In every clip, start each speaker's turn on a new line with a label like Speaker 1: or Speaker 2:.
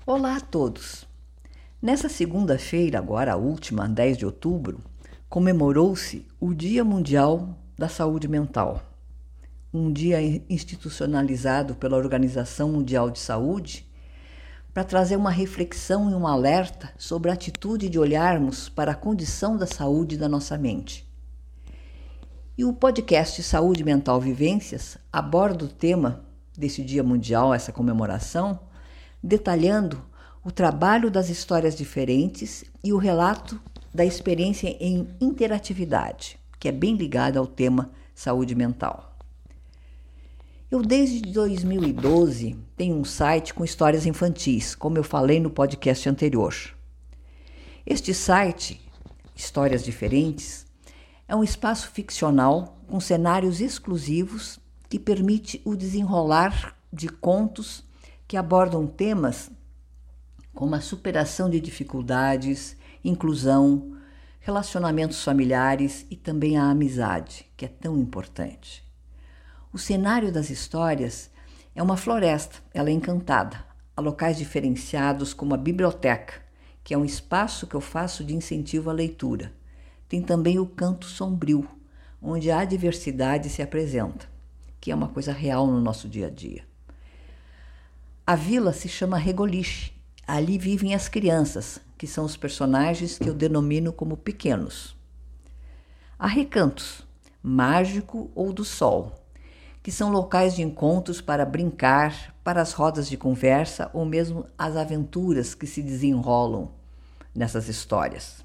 Speaker 1: Olá a todos! Nessa segunda-feira, agora a última, 10 de outubro, comemorou-se o Dia Mundial da Saúde Mental, um dia institucionalizado pela Organização Mundial de Saúde para trazer uma reflexão e um alerta sobre a atitude de olharmos para a condição da saúde da nossa mente. E o podcast Saúde Mental Vivências aborda o tema desse Dia Mundial, essa comemoração, detalhando o trabalho das histórias diferentes e o relato da experiência em interatividade, que é bem ligado ao tema saúde mental. Eu, desde 2012, tenho um site com histórias infantis, como eu falei no podcast anterior. Este site, Histórias Diferentes, é um espaço ficcional com cenários exclusivos que permite o desenrolar de contos que abordam temas como a superação de dificuldades, inclusão, relacionamentos familiares e também a amizade, que é tão importante. O cenário das histórias é uma floresta, ela é encantada, há locais diferenciados como a biblioteca, que é um espaço que eu faço de incentivo à leitura. Tem também o canto sombrio, onde a diversidade se apresenta, que é uma coisa real no nosso dia a dia. A vila se chama Regoliche. Ali vivem as crianças, que são os personagens que eu denomino como pequenos. Há recantos, mágico ou do sol, que são locais de encontros para brincar, para as rodas de conversa ou mesmo as aventuras que se desenrolam nessas histórias.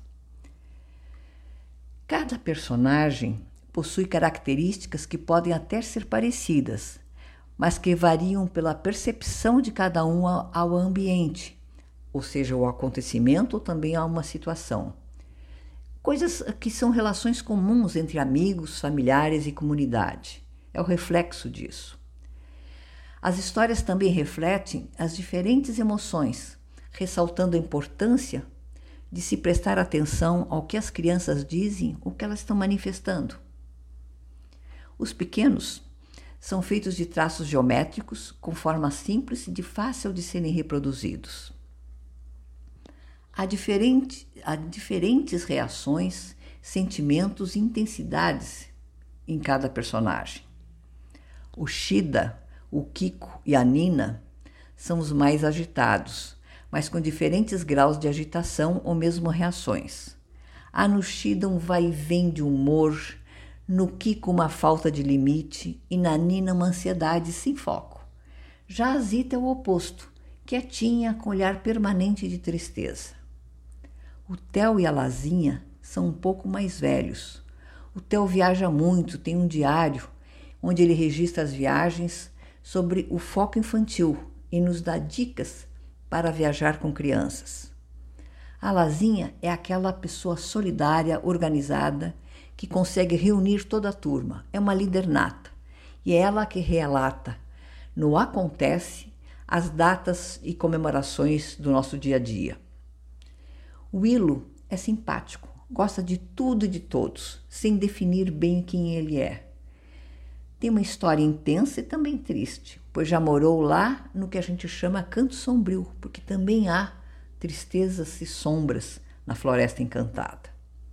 Speaker 1: Cada personagem possui características que podem até ser parecidas, mas que variam pela percepção de cada um ao ambiente, ou seja, ao acontecimento ou também a uma situação. Coisas que são relações comuns entre amigos, familiares e comunidade. É o reflexo disso. As histórias também refletem as diferentes emoções, ressaltando a importância de se prestar atenção ao que as crianças dizem, o que elas estão manifestando. Os pequenos são feitos de traços geométricos, com forma simples e fácil de serem reproduzidos. Há diferentes reações, sentimentos e intensidades em cada personagem. O Shida, o Kiko e a Nina são os mais agitados, mas com diferentes graus de agitação ou mesmo reações. Há no Shida um vai e vem de humor, no Kiko uma falta de limite e na Nina uma ansiedade sem foco. Já a Zita é o oposto, quietinha, com olhar permanente de tristeza. O Theo e a Lazinha são um pouco mais velhos. O Theo viaja muito, tem um diário onde ele registra as viagens sobre o foco infantil e nos dá dicas para viajar com crianças. A Lazinha é aquela pessoa solidária, organizada, que consegue reunir toda a turma. É uma líder nata e é ela que relata no Acontece as datas e comemorações do nosso dia a dia. O Willow é simpático, gosta de tudo e de todos, sem definir bem quem ele é. Tem uma história intensa e também triste, pois já morou lá no que a gente chama Canto Sombrio, porque também há tristezas e sombras na Floresta Encantada.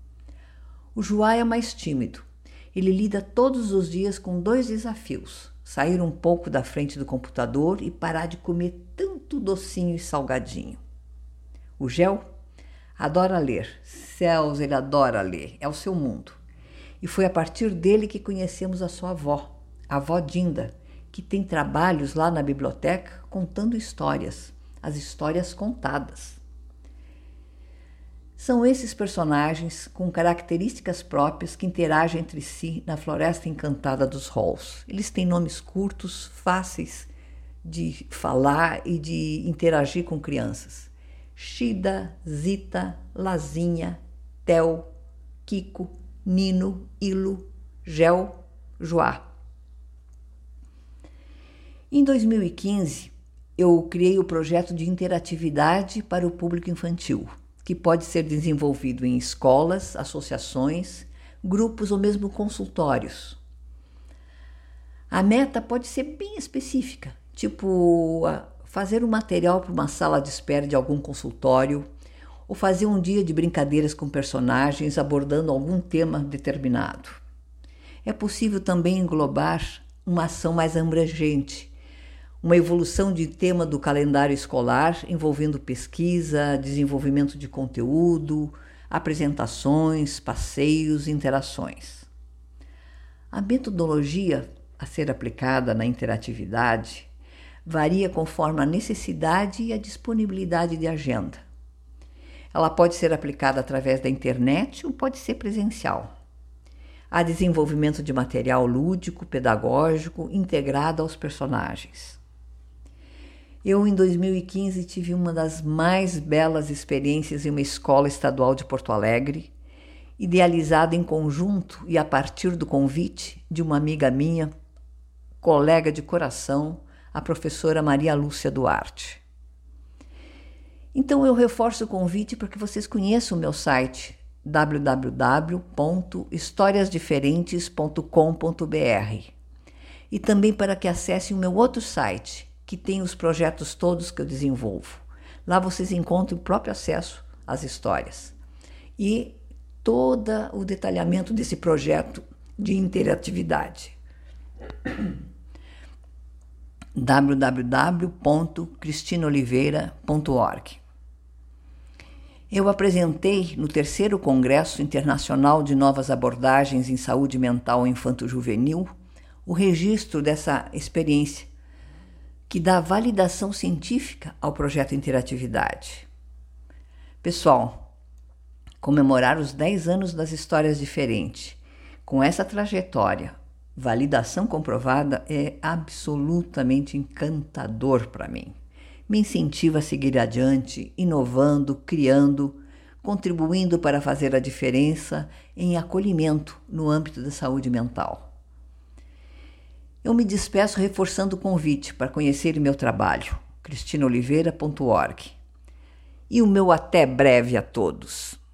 Speaker 1: O Joá é mais tímido. Ele lida todos os dias com 2 desafios: sair um pouco da frente do computador e parar de comer tanto docinho e salgadinho. O Gel adora ler. Céus, ele adora ler. É o seu mundo. E foi a partir dele que conhecemos a sua avó, a avó Dinda, que tem trabalhos lá na biblioteca contando histórias, as histórias contadas. São esses personagens com características próprias que interagem entre si na Floresta Encantada dos Halls. Eles têm nomes curtos, fáceis de falar e de interagir com crianças. Shida, Zita, Lazinha, Theo, Kiko, Nino, Ilo, Gel, Joá. Em 2015, eu criei o projeto de interatividade para o público infantil, que pode ser desenvolvido em escolas, associações, grupos ou mesmo consultórios. A meta pode ser bem específica, tipo fazer um material para uma sala de espera de algum consultório ou fazer um dia de brincadeiras com personagens abordando algum tema determinado. É possível também englobar uma ação mais abrangente, uma evolução de tema do calendário escolar envolvendo pesquisa, desenvolvimento de conteúdo, apresentações, passeios e interações. A metodologia a ser aplicada na interatividade varia conforme a necessidade e a disponibilidade de agenda. Ela pode ser aplicada através da internet ou pode ser presencial. Há desenvolvimento de material lúdico, pedagógico, integrado aos personagens. Eu, em 2015, tive uma das mais belas experiências em uma escola estadual de Porto Alegre, idealizada em conjunto e a partir do convite de uma amiga minha, colega de coração, a professora Maria Lúcia Duarte. Então eu reforço o convite para que vocês conheçam o meu site www.historiasdiferentes.com.br e também para que acessem o meu outro site, que tem os projetos todos que eu desenvolvo. Lá vocês encontram o próprio acesso às histórias e todo o detalhamento desse projeto de interatividade. www.cristinoliveira.org. Eu apresentei no 3º Congresso Internacional de Novas Abordagens em Saúde Mental Infanto-Juvenil o registro dessa experiência, que dá validação científica ao projeto Interatividade. Pessoal, comemorar os 10 anos das Histórias Diferentes, com essa trajetória, validação comprovada, é absolutamente encantador para mim. Me incentiva a seguir adiante, inovando, criando, contribuindo para fazer a diferença em acolhimento no âmbito da saúde mental. Eu me despeço reforçando o convite para conhecer o meu trabalho, cristinoliveira.org. E o meu até breve a todos.